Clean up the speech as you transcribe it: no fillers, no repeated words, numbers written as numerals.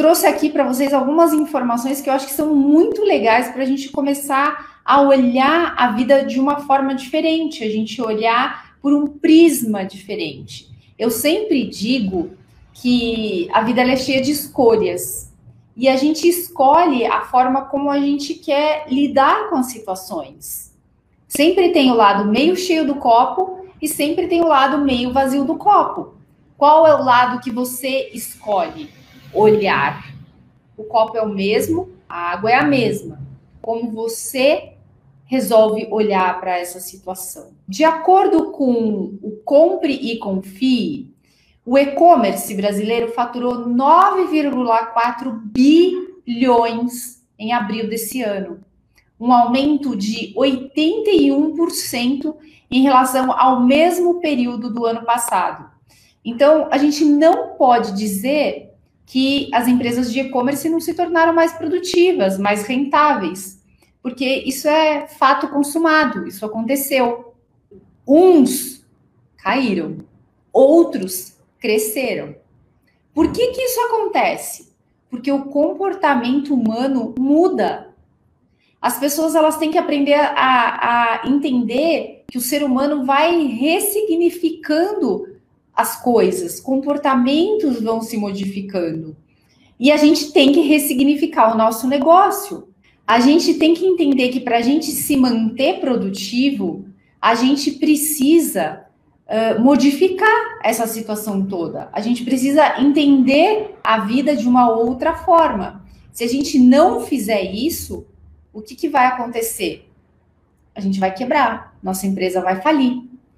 trouxe aqui para vocês algumas informações que eu acho que são muito legais para a gente começar a olhar a vida de uma forma diferente, a gente olhar por um prisma diferente. Eu sempre digo que a vida é cheia de escolhas e a gente escolhe a forma como a gente quer lidar com as situações. Sempre tem o lado meio cheio do copo e sempre tem o lado meio vazio do copo. Qual é o lado que você escolhe olhar? O copo é o mesmo, a água é a mesma. Como você resolve olhar para essa situação? De acordo com o Compre e Confie, o e-commerce brasileiro faturou 9,4 bilhões em abril desse ano, um aumento de 81% em relação ao mesmo período do ano passado. Então, a gente não pode dizer que as empresas de e-commerce não se tornaram mais produtivas, mais rentáveis, porque isso é fato consumado, isso aconteceu. Uns caíram, outros cresceram. Por que isso acontece? Porque o comportamento humano muda. As pessoas elas têm que aprender a entender que o ser humano vai ressignificando as coisas, comportamentos vão se modificando. E a gente tem que ressignificar o nosso negócio. A gente tem que entender que para a gente se manter produtivo, a gente precisa modificar essa situação toda. A gente precisa entender a vida de uma outra forma. Se a gente não fizer isso, o que vai acontecer? A gente vai quebrar, nossa empresa vai falir.